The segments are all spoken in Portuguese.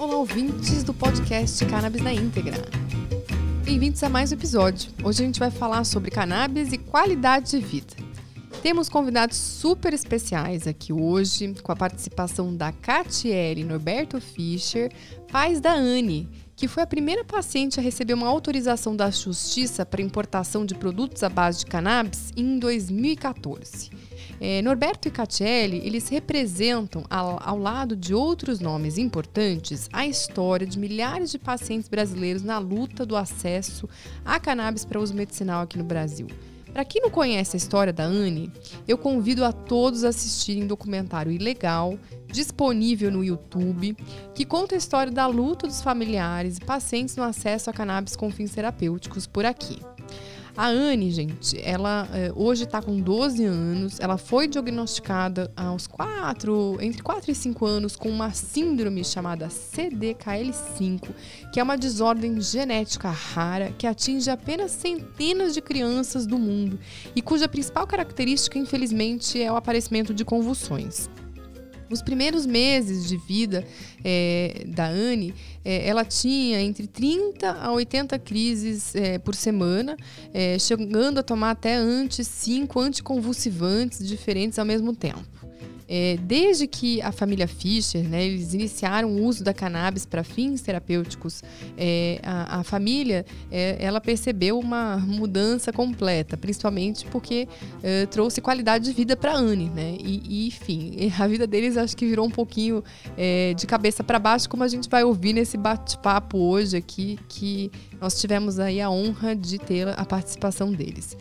Olá, ouvintes do podcast Cannabis na Íntegra. Bem-vindos a mais um episódio. Hoje a gente vai falar sobre cannabis e qualidade de vida. Temos convidados super especiais aqui hoje, com a participação da Catiele Norberto Fischer, pais da Anne, que foi a primeira paciente a receber uma autorização da Justiça para importação de produtos à base de cannabis em 2014. Norberto e Catiele, eles representam, ao lado de outros nomes importantes, a história de milhares de pacientes brasileiros na luta do acesso a cannabis para uso medicinal aqui no Brasil. Para quem não conhece a história da Anne, eu convido a todos a assistirem um documentário ilegal, disponível no YouTube, que conta a história da luta dos familiares e pacientes no acesso a cannabis com fins terapêuticos por aqui. A Anne, gente, ela hoje está com 12 anos, ela foi diagnosticada entre 4 e 5 anos com uma síndrome chamada CDKL5, que é uma desordem genética rara que atinge apenas centenas de crianças do mundo e cuja principal característica, infelizmente, é o aparecimento de convulsões. Nos primeiros meses de vida da Anne, ela tinha entre 30 a 80 crises por semana, chegando a tomar até 5 anticonvulsivantes diferentes ao mesmo tempo. Desde que a família Fischer, eles iniciaram o uso da cannabis para fins terapêuticos, a família ela percebeu uma mudança completa, principalmente porque trouxe qualidade de vida para a Anne, enfim, a vida deles acho que virou um pouquinho de cabeça para baixo, como a gente vai ouvir nesse bate-papo hoje aqui, que nós tivemos aí a honra de ter a participação deles.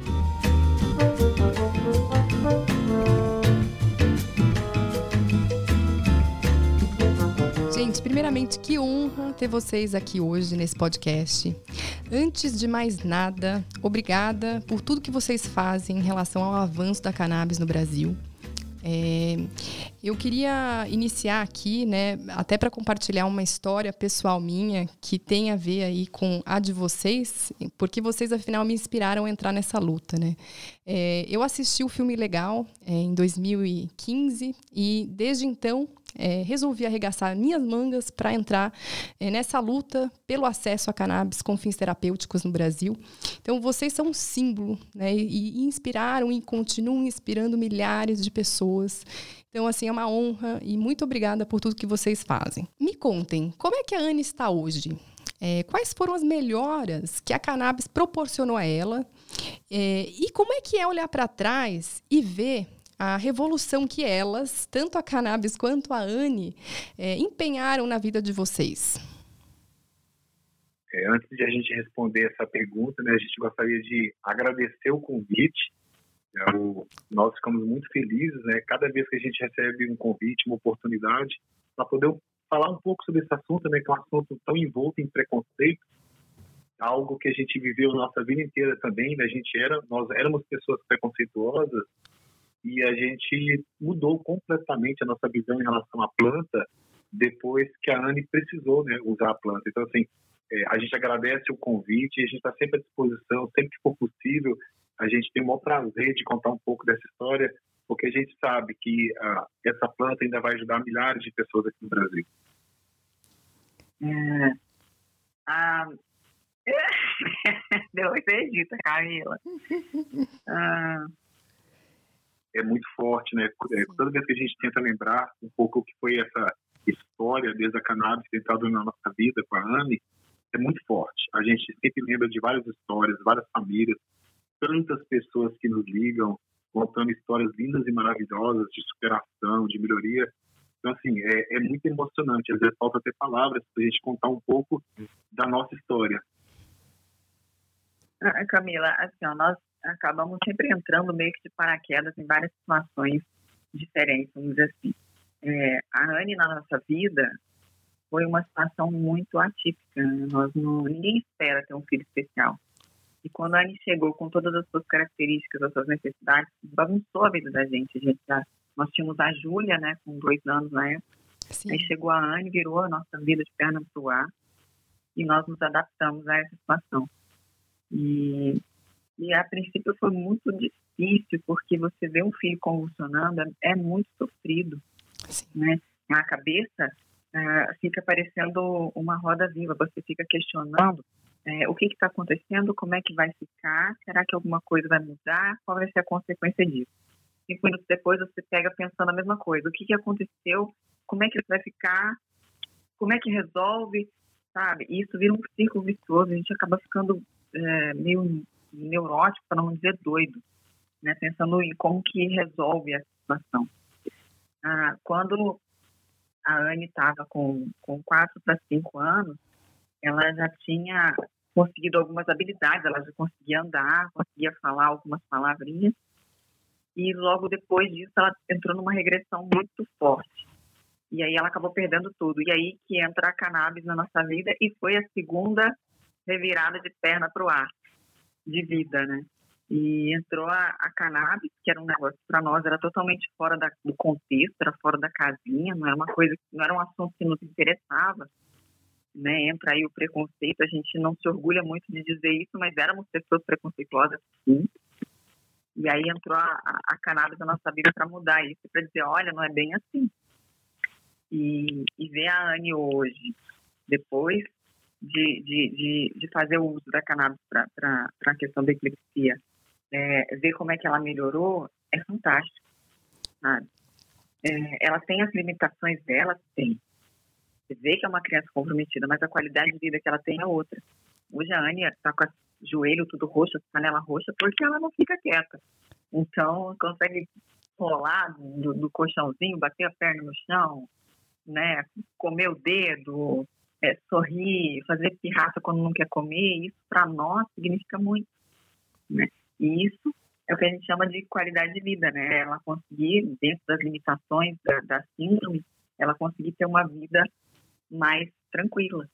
Gente, primeiramente, que honra ter vocês aqui hoje nesse podcast. Antes de mais nada, obrigada por tudo que vocês fazem em relação ao avanço da cannabis no Brasil. Eu queria iniciar aqui, até para compartilhar uma história pessoal minha que tem a ver aí com a de vocês, porque vocês, afinal, me inspiraram a entrar nessa luta, Eu assisti o filme Legal em 2015 e, desde então, resolvi arregaçar minhas mangas para entrar nessa luta pelo acesso a cannabis com fins terapêuticos no Brasil. Então, vocês são um símbolo, e inspiraram e continuam inspirando milhares de pessoas. Então, assim, é uma honra e muito obrigada por tudo que vocês fazem. Me contem, como é que a Anne está hoje? Quais foram as melhoras que a cannabis proporcionou a ela? E como é que é olhar para trás e ver a revolução que elas, tanto a cannabis quanto a Anne, empenharam na vida de vocês? Antes de a gente responder essa pergunta, a gente gostaria de agradecer o convite. Nós ficamos muito felizes, cada vez que a gente recebe um convite, uma oportunidade, para poder falar um pouco sobre esse assunto, que é um assunto tão envolto em preconceito, algo que a gente viveu nossa vida inteira também. Nós éramos pessoas preconceituosas, e a gente mudou completamente a nossa visão em relação à planta depois que a Anne precisou usar a planta. Então, assim, a gente agradece o convite, a gente está sempre à disposição, sempre que for possível. A gente tem o maior prazer de contar um pouco dessa história, porque a gente sabe que essa planta ainda vai ajudar milhares de pessoas aqui no Brasil. Deu acredita, Camila. É muito forte, Toda vez que a gente tenta lembrar um pouco o que foi essa história, desde a cannabis ter entrado na nossa vida com a Anne, é muito forte. A gente sempre lembra de várias histórias, várias famílias, tantas pessoas que nos ligam, contando histórias lindas e maravilhosas de superação, de melhoria. Então, assim, é muito emocionante. Às vezes falta até palavras para a gente contar um pouco da nossa história. Camila, assim, nós acabamos sempre entrando meio que de paraquedas em várias situações diferentes, vamos dizer assim. A Anne, na nossa vida, foi uma situação muito atípica. Ninguém espera ter um filho especial. E quando a Anne chegou com todas as suas características, as suas necessidades, bagunçou a vida da gente. Nós tínhamos a Júlia, com 2 anos na época. Sim. Aí chegou a Anne, virou a nossa vida de perna pro ar. E nós nos adaptamos a essa situação. E a princípio foi muito difícil, porque você vê um filho convulsionando, é muito sofrido. Sim. Na cabeça, fica parecendo uma roda viva. Você fica questionando o que está acontecendo, como é que vai ficar, será que alguma coisa vai mudar, qual vai ser a consequência disso? 5 minutos depois você pega pensando a mesma coisa, o que aconteceu, como é que isso vai ficar, como é que resolve, sabe? E isso vira um círculo vicioso, a gente acaba ficando meio neurótico, para não dizer doido, né? Pensando em como que resolve essa situação. Quando a Anne estava com 4 para 5 anos, ela já tinha conseguido algumas habilidades, ela já conseguia andar, conseguia falar algumas palavrinhas, e logo depois disso ela entrou numa regressão muito forte. E aí ela acabou perdendo tudo. E aí que entra a cannabis na nossa vida, e foi a segunda revirada de perna para o ar, de vida, né? E entrou a cannabis, que era um negócio para nós, era totalmente fora do contexto, era fora da casinha, não era uma coisa, não era um assunto que nos interessava, né? Entra aí o preconceito, a gente não se orgulha muito de dizer isso, mas éramos pessoas preconceituosas, sim. E aí entrou a cannabis na nossa vida para mudar isso, para dizer, olha, não é bem assim. E ver a Anne hoje, depois de fazer o uso da cannabis para a questão da epilepsia, ver como é que ela melhorou, é fantástico, sabe? Ela tem as limitações dela, tem. Você vê que é uma criança comprometida, mas a qualidade de vida que ela tem é outra. Hoje a Anne está com o joelho tudo roxo, canela roxa, porque ela não fica quieta. Então, consegue rolar do colchãozinho, bater a perna no chão, né? Comer o dedo, sorrir, fazer pirraça quando não quer comer. Isso, para nós, significa muito, né? E isso é o que a gente chama de qualidade de vida, né? Ela conseguir, dentro das limitações da síndrome, ela conseguir ter uma vida mais tranquila.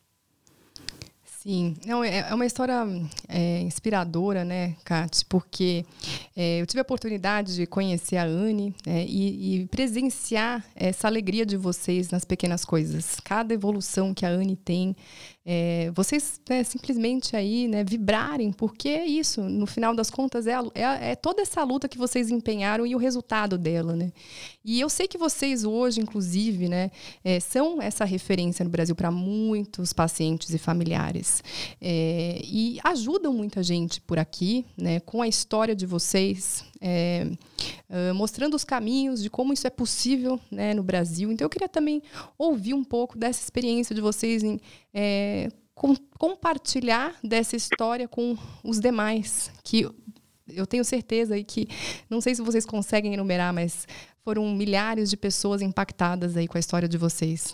Sim, não, é uma história inspiradora, né, Kati? Porque eu tive a oportunidade de conhecer a Anne e presenciar essa alegria de vocês nas pequenas coisas. Cada evolução que a Anne tem, vocês simplesmente aí, né, vibrarem, porque é isso, no final das contas, é toda essa luta que vocês empenharam e o resultado dela, né? E eu sei que vocês hoje, inclusive, né, são essa referência no Brasil para muitos pacientes e familiares. E ajudam muita gente por aqui, né, com a história de vocês, mostrando os caminhos de como isso é possível, né, no Brasil. Então eu queria também ouvir um pouco dessa experiência de vocês em compartilhar dessa história com os demais, que eu tenho certeza aí que, não sei se vocês conseguem enumerar, mas foram milhares de pessoas impactadas aí com a história de vocês.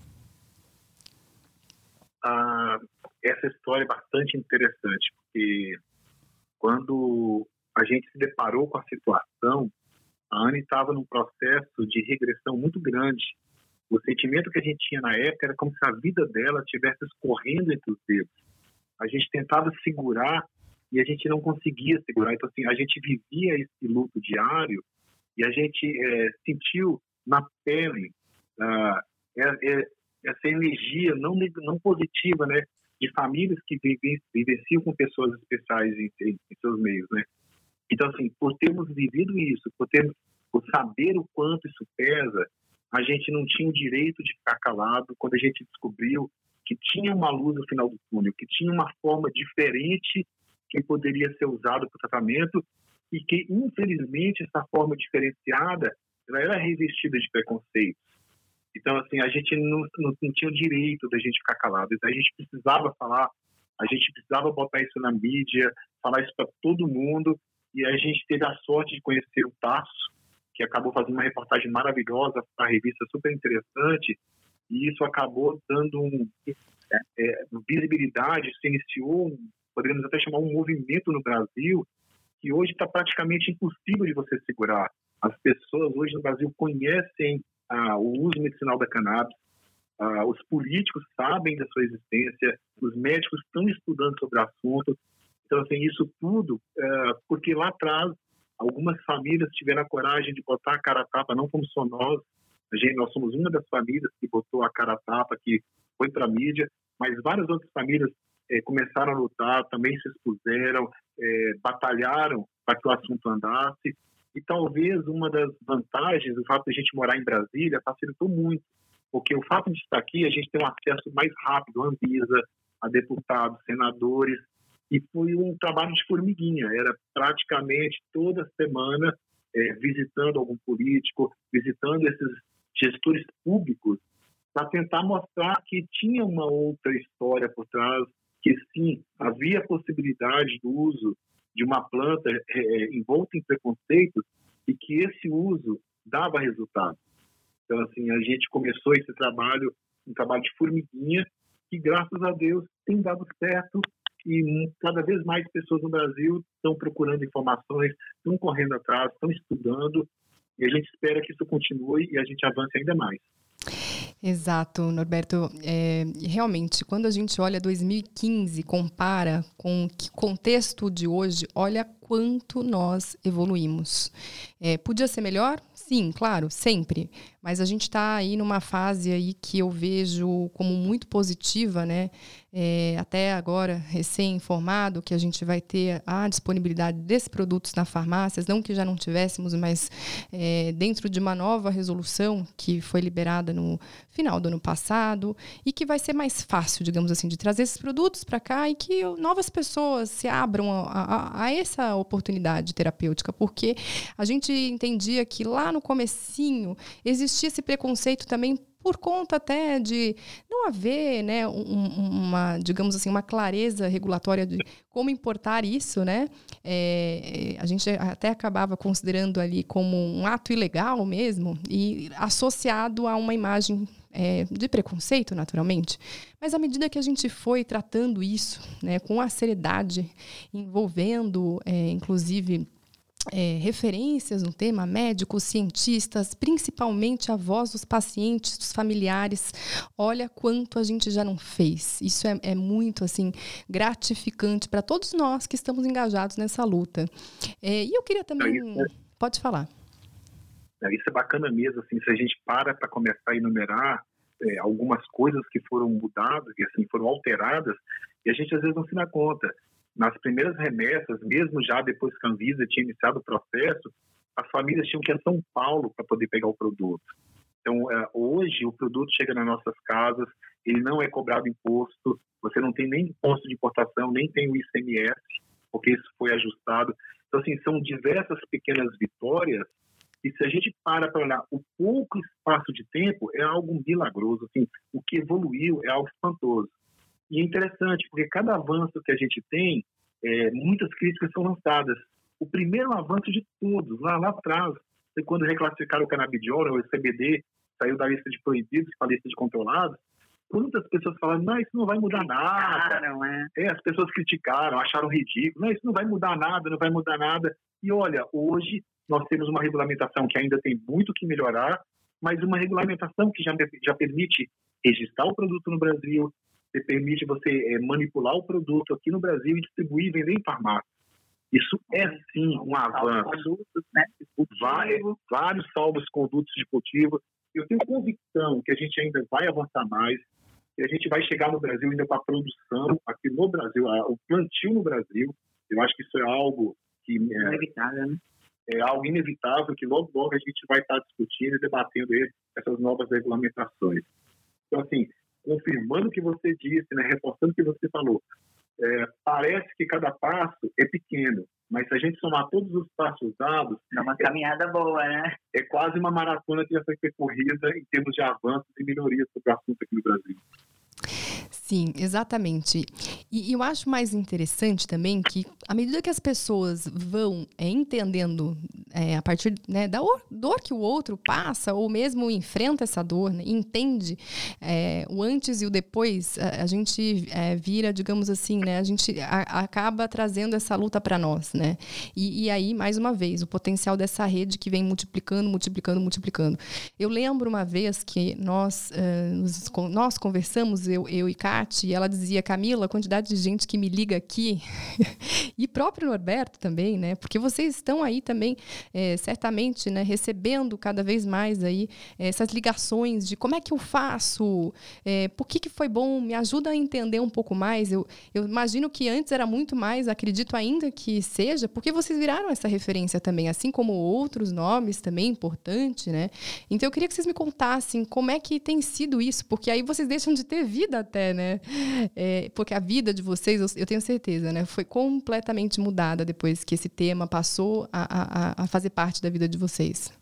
Essa história é bastante interessante, porque quando a gente se deparou com a situação, a Anne estava num processo de regressão muito grande. O sentimento que a gente tinha na época era como se a vida dela estivesse escorrendo entre os dedos. A gente tentava segurar e a gente não conseguia segurar. Então, assim, a gente vivia esse luto diário e a gente sentiu na pele essa energia não positiva, né, de famílias que vivenciam com pessoas especiais em seus meios, né? Então, assim, por termos vivido isso, por saber o quanto isso pesa, a gente não tinha o direito de ficar calado quando a gente descobriu que tinha uma luz no final do túnel, que tinha uma forma diferente que poderia ser usada para o tratamento e que, infelizmente, essa forma diferenciada ela era revestida de preconceitos. Então, assim, a gente não tinha o direito da gente ficar calado. A gente precisava falar, a gente precisava botar isso na mídia, falar isso para todo mundo. E a gente teve a sorte de conhecer o Tasso, que acabou fazendo uma reportagem maravilhosa para a revista, super interessante. E isso acabou dando visibilidade, se iniciou, poderíamos até chamar um movimento no Brasil, que hoje está praticamente impossível de você segurar. As pessoas hoje no Brasil conhecem o uso medicinal da cannabis, os políticos sabem da sua existência, os médicos estão estudando sobre o assunto. Então, assim, isso tudo, porque lá atrás, algumas famílias tiveram a coragem de botar a cara a tapa, não como só nós. Nós somos uma das famílias que botou a cara a tapa, que foi para a mídia, mas várias outras famílias começaram a lutar, também se expuseram, batalharam para que o assunto andasse. E talvez uma das vantagens do fato de a gente morar em Brasília facilitou muito, porque o fato de estar aqui, a gente tem um acesso mais rápido à Anvisa, a deputados, senadores, e foi um trabalho de formiguinha, era praticamente toda semana visitando algum político, visitando esses gestores públicos, para tentar mostrar que tinha uma outra história por trás, que sim, havia possibilidade do uso de uma planta envolta em preconceitos e que esse uso dava resultado. Então, assim, a gente começou esse trabalho, um trabalho de formiguinha, que, graças a Deus, tem dado certo e cada vez mais pessoas no Brasil estão procurando informações, estão correndo atrás, estão estudando, e a gente espera que isso continue e a gente avance ainda mais. Exato, Norberto. Realmente, quando a gente olha 2015, compara com o contexto de hoje, olha quanto nós evoluímos. Podia ser melhor? Sim, claro, sempre. Mas a gente está aí numa fase aí que eu vejo como muito positiva, né? Até agora, recém-informado, que a gente vai ter a disponibilidade desses produtos nas farmácias, não que já não tivéssemos, mas dentro de uma nova resolução que foi liberada no final do ano passado e que vai ser mais fácil, digamos assim, de trazer esses produtos para cá e que novas pessoas se abram a essa oportunidade terapêutica, porque a gente entendia que lá no comecinho existia esse preconceito também por conta até de não haver, né, digamos assim, uma clareza regulatória de como importar isso, né? A gente até acabava considerando ali como um ato ilegal mesmo e associado a uma imagem de preconceito, naturalmente. Mas à medida que a gente foi tratando isso, né, com a seriedade, envolvendo, inclusive, referências no tema, médicos, cientistas, principalmente a voz dos pacientes, dos familiares, olha quanto a gente já não fez. Isso é muito assim, gratificante para todos nós que estamos engajados nessa luta. E eu queria também... Pode falar. Isso é bacana mesmo, assim, se a gente para começar a enumerar algumas coisas que foram mudadas, que assim, foram alteradas, e a gente às vezes não se dá conta. Nas primeiras remessas, mesmo já depois que a Anvisa tinha iniciado o processo, as famílias tinham que ir a São Paulo para poder pegar o produto. Então, hoje, o produto chega nas nossas casas, ele não é cobrado imposto, você não tem nem imposto de importação, nem tem o ICMS, porque isso foi ajustado. Então, assim, são diversas pequenas vitórias, e se a gente para olhar o pouco espaço de tempo, é algo milagroso. Assim, o que evoluiu é algo espantoso. E é interessante, porque cada avanço que a gente tem, muitas críticas são lançadas. O primeiro avanço de todos, lá atrás, foi quando reclassificaram o canabidiol, o CBD, saiu da lista de proibidos para a lista de controlados. Quantas pessoas falaram, não, isso não vai mudar nada. As pessoas criticaram, acharam ridículo. Não, isso não vai mudar nada, não vai mudar nada. E olha, hoje nós temos uma regulamentação que ainda tem muito que melhorar, mas uma regulamentação que já permite registrar o produto no Brasil, permite você manipular o produto aqui no Brasil e distribuir e vender em farmácia. Isso é, sim, um avanço. Produtos, né? Vários salvos-condutos de cultivo. Eu tenho convicção que a gente ainda vai avançar mais, que a gente vai chegar no Brasil ainda com a produção aqui no Brasil, o plantio no Brasil. Eu acho que isso é algo que... inevitável, né? É algo inevitável que logo a gente vai estar discutindo e debatendo essas novas regulamentações. Então, assim, confirmando o que você disse, né, reforçando o que você falou, parece que cada passo é pequeno, mas se a gente somar todos os passos dados... É uma caminhada boa, né? É quase uma maratona que já foi percorrida em termos de avanços e melhorias sobre o assunto aqui no Brasil. Sim, exatamente. E eu acho mais interessante também que, à medida que as pessoas vão entendendo a partir, né, da dor que o outro passa, ou mesmo enfrenta essa dor, né, entende o antes e o depois, a gente vira, digamos assim, né, a gente acaba trazendo essa luta para nós, né? E aí, mais uma vez, o potencial dessa rede que vem multiplicando. Eu lembro uma vez que nós conversamos, eu e Kátia, Kati, ela dizia, Camila, a quantidade de gente que me liga aqui, e próprio Norberto também, né? Porque vocês estão aí também, certamente, né, recebendo cada vez mais aí essas ligações de como é que eu faço, por que foi bom, me ajuda a entender um pouco mais. Eu imagino que antes era muito mais, acredito ainda que seja, porque vocês viraram essa referência também, assim como outros nomes também importantes, né? Então eu queria que vocês me contassem como é que tem sido isso, porque aí vocês deixam de ter vida até, né? Porque a vida de vocês, eu tenho certeza, né? Foi completamente mudada depois que esse tema passou a fazer parte da vida de vocês.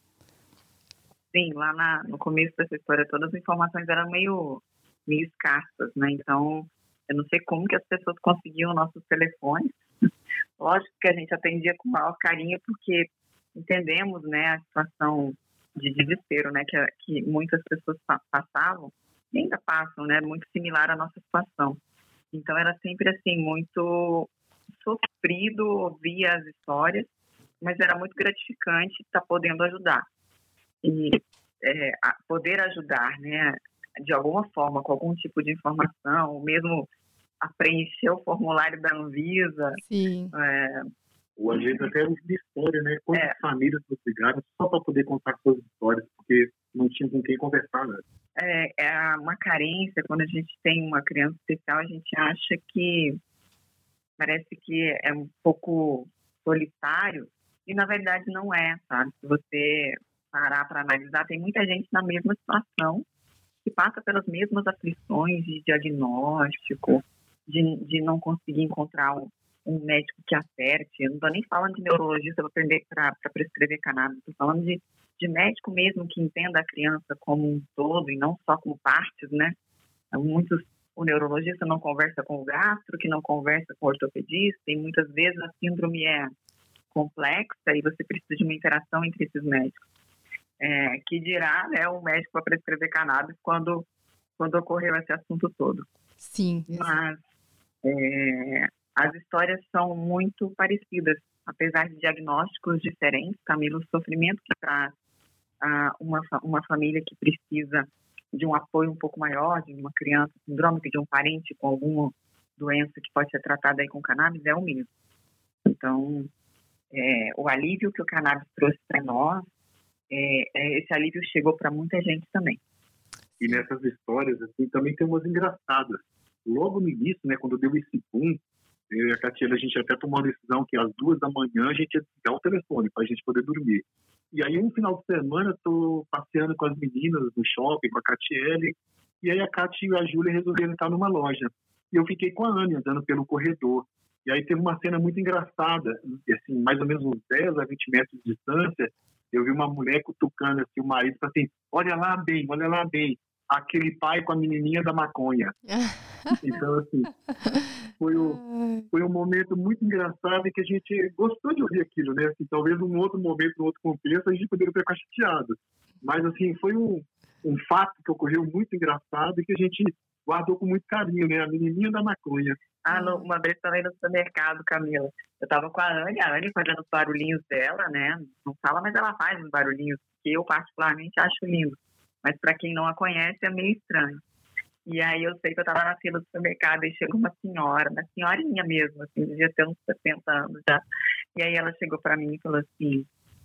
Sim, lá no começo dessa história, todas as informações eram meio escassas, né? Então, eu não sei como que as pessoas conseguiam nossos telefones. Lógico que a gente atendia com o maior carinho, porque entendemos, né, a situação de desespero, né, que muitas pessoas passavam e ainda passam, né, muito similar à nossa situação. Então, era sempre, assim, muito sofrido ouvir as histórias, mas era muito gratificante estar podendo ajudar. E poder ajudar, né, de alguma forma, com algum tipo de informação, ou mesmo a preencher o formulário da Anvisa. Sim. O agente até era uma história, né? Quantas famílias nos ligaram só para poder contar suas histórias, porque não tinha com quem conversar, né? É uma carência. Quando a gente tem uma criança especial, a gente acha que parece que é um pouco solitário, e na verdade não é, sabe? Se você parar para analisar, tem muita gente na mesma situação, que passa pelas mesmas aflições de diagnóstico, de não conseguir encontrar um médico que acerte. Eu não estou nem falando de neurologista para prescrever cannabis, estou falando de médico mesmo que entenda a criança como um todo e não só como partes, né? O neurologista não conversa com o gastro, que não conversa com o ortopedista, e muitas vezes a síndrome é complexa e você precisa de uma interação entre esses médicos. Que dirá, né, o médico para prescrever cannabis quando ocorreu esse assunto todo. Sim. Mas as histórias são muito parecidas, apesar de diagnósticos diferentes. Camila, o sofrimento que traz uma família que precisa de um apoio um pouco maior, de uma criança sindrômica, de um parente com alguma doença que pode ser tratada aí com cannabis, é o mesmo. Então, o alívio que o cannabis trouxe para nós, esse alívio chegou para muita gente também. E nessas histórias, assim, também tem umas engraçadas. Logo no início, né, quando deu esse boom, eu e a Catiele, a gente até tomou a decisão que às 2h a gente ia desligar o telefone para a gente poder dormir. E aí, um final de semana, eu tô passeando com as meninas no shopping, com a Catiele, e aí a Cati e a Júlia resolveram entrar numa loja. E eu fiquei com a Anne andando pelo corredor. E aí teve uma cena muito engraçada, assim, mais ou menos uns 10 a 20 metros de distância, eu vi uma mulher cutucando assim, o marido, assim, olha lá bem, aquele pai com a menininha da maconha. Então, assim, foi um momento muito engraçado e que a gente gostou de ouvir aquilo, né? Assim, talvez num outro momento, num outro contexto, a gente poderia ficar chateado. Mas, assim, foi um fato que ocorreu muito engraçado e que a gente guardou com muito carinho, né? A menininha da maconha. Uma vez também no supermercado, Camila, eu tava com a Anne fazendo os barulhinhos dela, né? Não fala, mas ela faz uns barulhinhos que eu particularmente acho lindo. Mas para quem não a conhece é meio estranho. E aí eu sei que eu estava na fila do supermercado e chegou uma senhorinha mesmo, assim, devia ter uns 70 anos já. E aí ela chegou para mim e falou assim,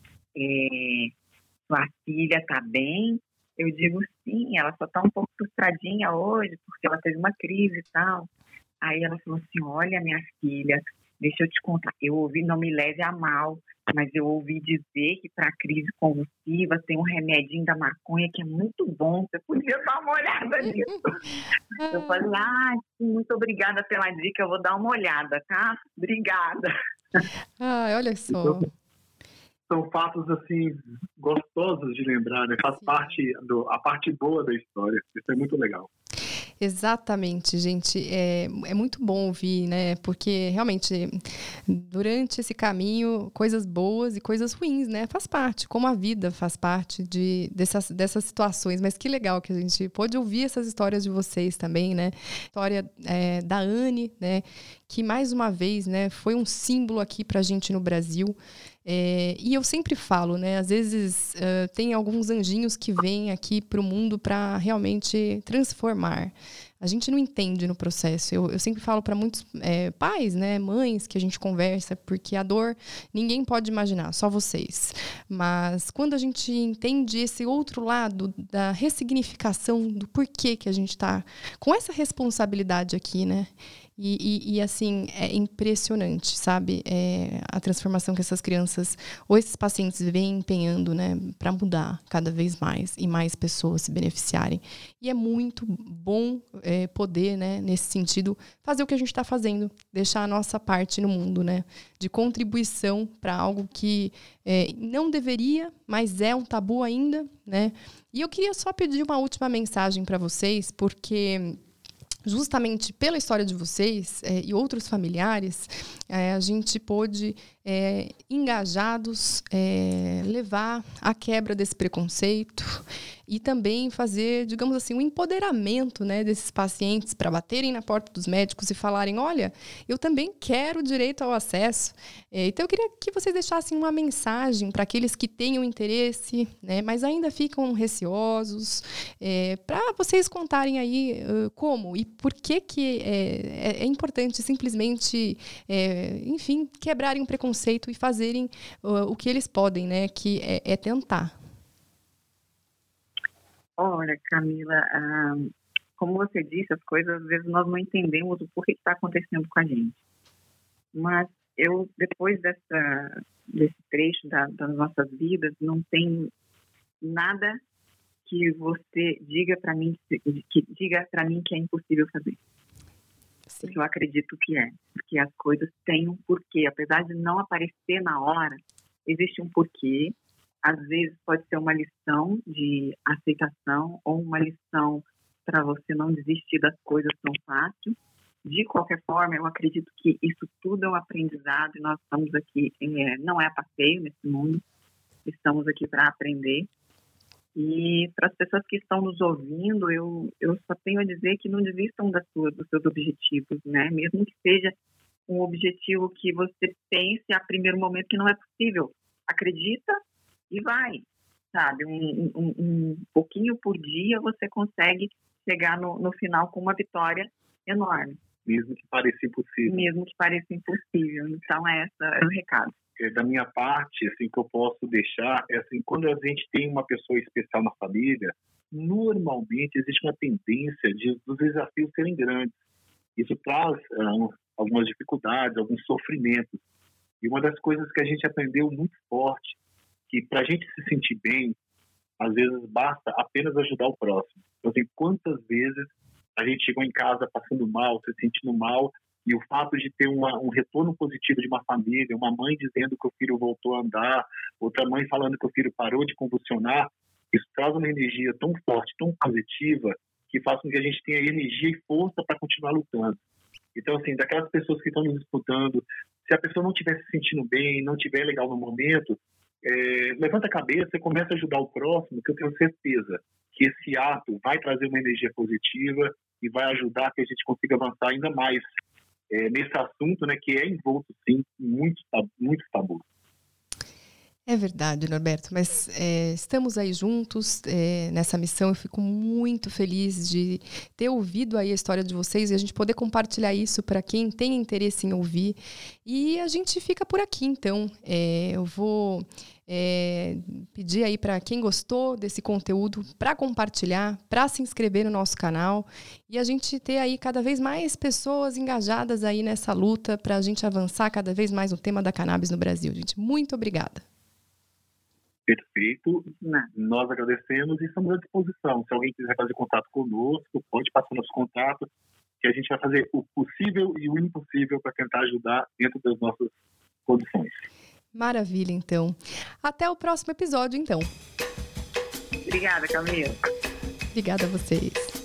sua filha tá bem? Eu digo sim, ela só tá um pouco frustradinha hoje, porque ela teve uma crise e tal. Aí ela falou assim, olha minha filha, deixa eu te contar, eu ouvi, não me leve a mal, mas eu ouvi dizer que para crise convulsiva tem um remedinho da maconha que é muito bom, você podia dar uma olhada nisso. Eu falei, muito obrigada pela dica, eu vou dar uma olhada, tá? Obrigada. Olha só. Então, são fatos, assim, gostosos de lembrar, né? Faz parte, a parte boa da história, isso é muito legal. Exatamente, gente. É muito bom ouvir, né? Porque realmente, durante esse caminho, coisas boas e coisas ruins, né? Faz parte, como a vida faz parte dessas situações. Mas que legal que a gente pôde ouvir essas histórias de vocês também, né? História da Anne, né? Que mais uma vez, né? Foi um símbolo aqui pra gente no Brasil. E eu sempre falo, né? Às vezes tem alguns anjinhos que vêm aqui para o mundo para realmente transformar a gente não entende no processo. Eu sempre falo para muitos pais, né, mães, que a gente conversa, porque a dor ninguém pode imaginar, só vocês. Mas quando a gente entende esse outro lado da ressignificação do porquê que a gente está com essa responsabilidade aqui, né? E assim, é impressionante, sabe? A transformação que essas crianças ou esses pacientes vêm empenhando, né? Para mudar cada vez mais e mais pessoas se beneficiarem. E é muito bom poder, né? Nesse sentido, fazer o que a gente está fazendo. Deixar a nossa parte no mundo, né? De contribuição para algo que não deveria, mas é um tabu ainda, né? E eu queria só pedir uma última mensagem para vocês, porque justamente pela história de vocês e outros familiares, a gente pôde, engajados, levar à quebra desse preconceito e também fazer, digamos assim, um empoderamento, né, desses pacientes para baterem na porta dos médicos e falarem, olha, eu também quero direito ao acesso. Então, eu queria que vocês deixassem uma mensagem para aqueles que tenham interesse, né, mas ainda ficam receosos, para vocês contarem aí como e por que é importante simplesmente, enfim, quebrarem o preconceito e fazerem o que eles podem, né, que é tentar. Olha, Camila, como você disse, as coisas, às vezes, nós não entendemos o porquê que está acontecendo com a gente. Mas eu, depois desse trecho das nossas vidas, não tem nada que você diga para mim que é impossível fazer. Sim. Porque eu acredito que é. Porque as coisas têm um porquê. Apesar de não aparecer na hora, existe um porquê. Às vezes pode ser uma lição de aceitação ou uma lição para você não desistir das coisas tão fácil. De qualquer forma, eu acredito que isso tudo é um aprendizado e nós estamos aqui, não é passeio nesse mundo, estamos aqui para aprender. E para as pessoas que estão nos ouvindo, eu só tenho a dizer que não desistam dos seus objetivos, né? Mesmo que seja um objetivo que você pense a primeiro momento que não é possível. Acredita e vai, sabe? Um pouquinho por dia você consegue chegar no final com uma vitória enorme. Mesmo que pareça impossível. Mesmo que pareça impossível. Então, esse é o recado. Da minha parte, assim, que eu posso deixar, assim, quando a gente tem uma pessoa especial na família, normalmente existe uma tendência dos desafios serem grandes. Isso traz algumas dificuldades, alguns sofrimentos. E uma das coisas que a gente aprendeu muito forte, que para a gente se sentir bem, às vezes basta apenas ajudar o próximo. Então, assim, quantas vezes a gente chegou em casa passando mal, se sentindo mal, e o fato de ter um retorno positivo de uma família, uma mãe dizendo que o filho voltou a andar, outra mãe falando que o filho parou de convulsionar, isso traz uma energia tão forte, tão positiva, que faz com que a gente tenha energia e força para continuar lutando. Então, assim, daquelas pessoas que estão nos escutando, se a pessoa não estiver se sentindo bem, não estiver legal no momento, levanta a cabeça e começa a ajudar o próximo, que eu tenho certeza que esse ato vai trazer uma energia positiva e vai ajudar que a gente consiga avançar ainda mais nesse assunto, né, que é envolto, sim, muito tabu. É verdade, Norberto, mas estamos aí juntos nessa missão. Eu fico muito feliz de ter ouvido aí a história de vocês e a gente poder compartilhar isso para quem tem interesse em ouvir. E a gente fica por aqui, então. Eu vou pedir aí para quem gostou desse conteúdo para compartilhar, para se inscrever no nosso canal e a gente ter aí cada vez mais pessoas engajadas aí nessa luta para a gente avançar cada vez mais no tema da cannabis no Brasil. Gente, muito obrigada. Perfeito. Nós agradecemos e estamos à disposição. Se alguém quiser fazer contato conosco, pode passar nosso contato, que a gente vai fazer o possível e o impossível para tentar ajudar dentro das nossas condições. Maravilha, então. Até o próximo episódio, então. Obrigada, Camila. Obrigada a vocês.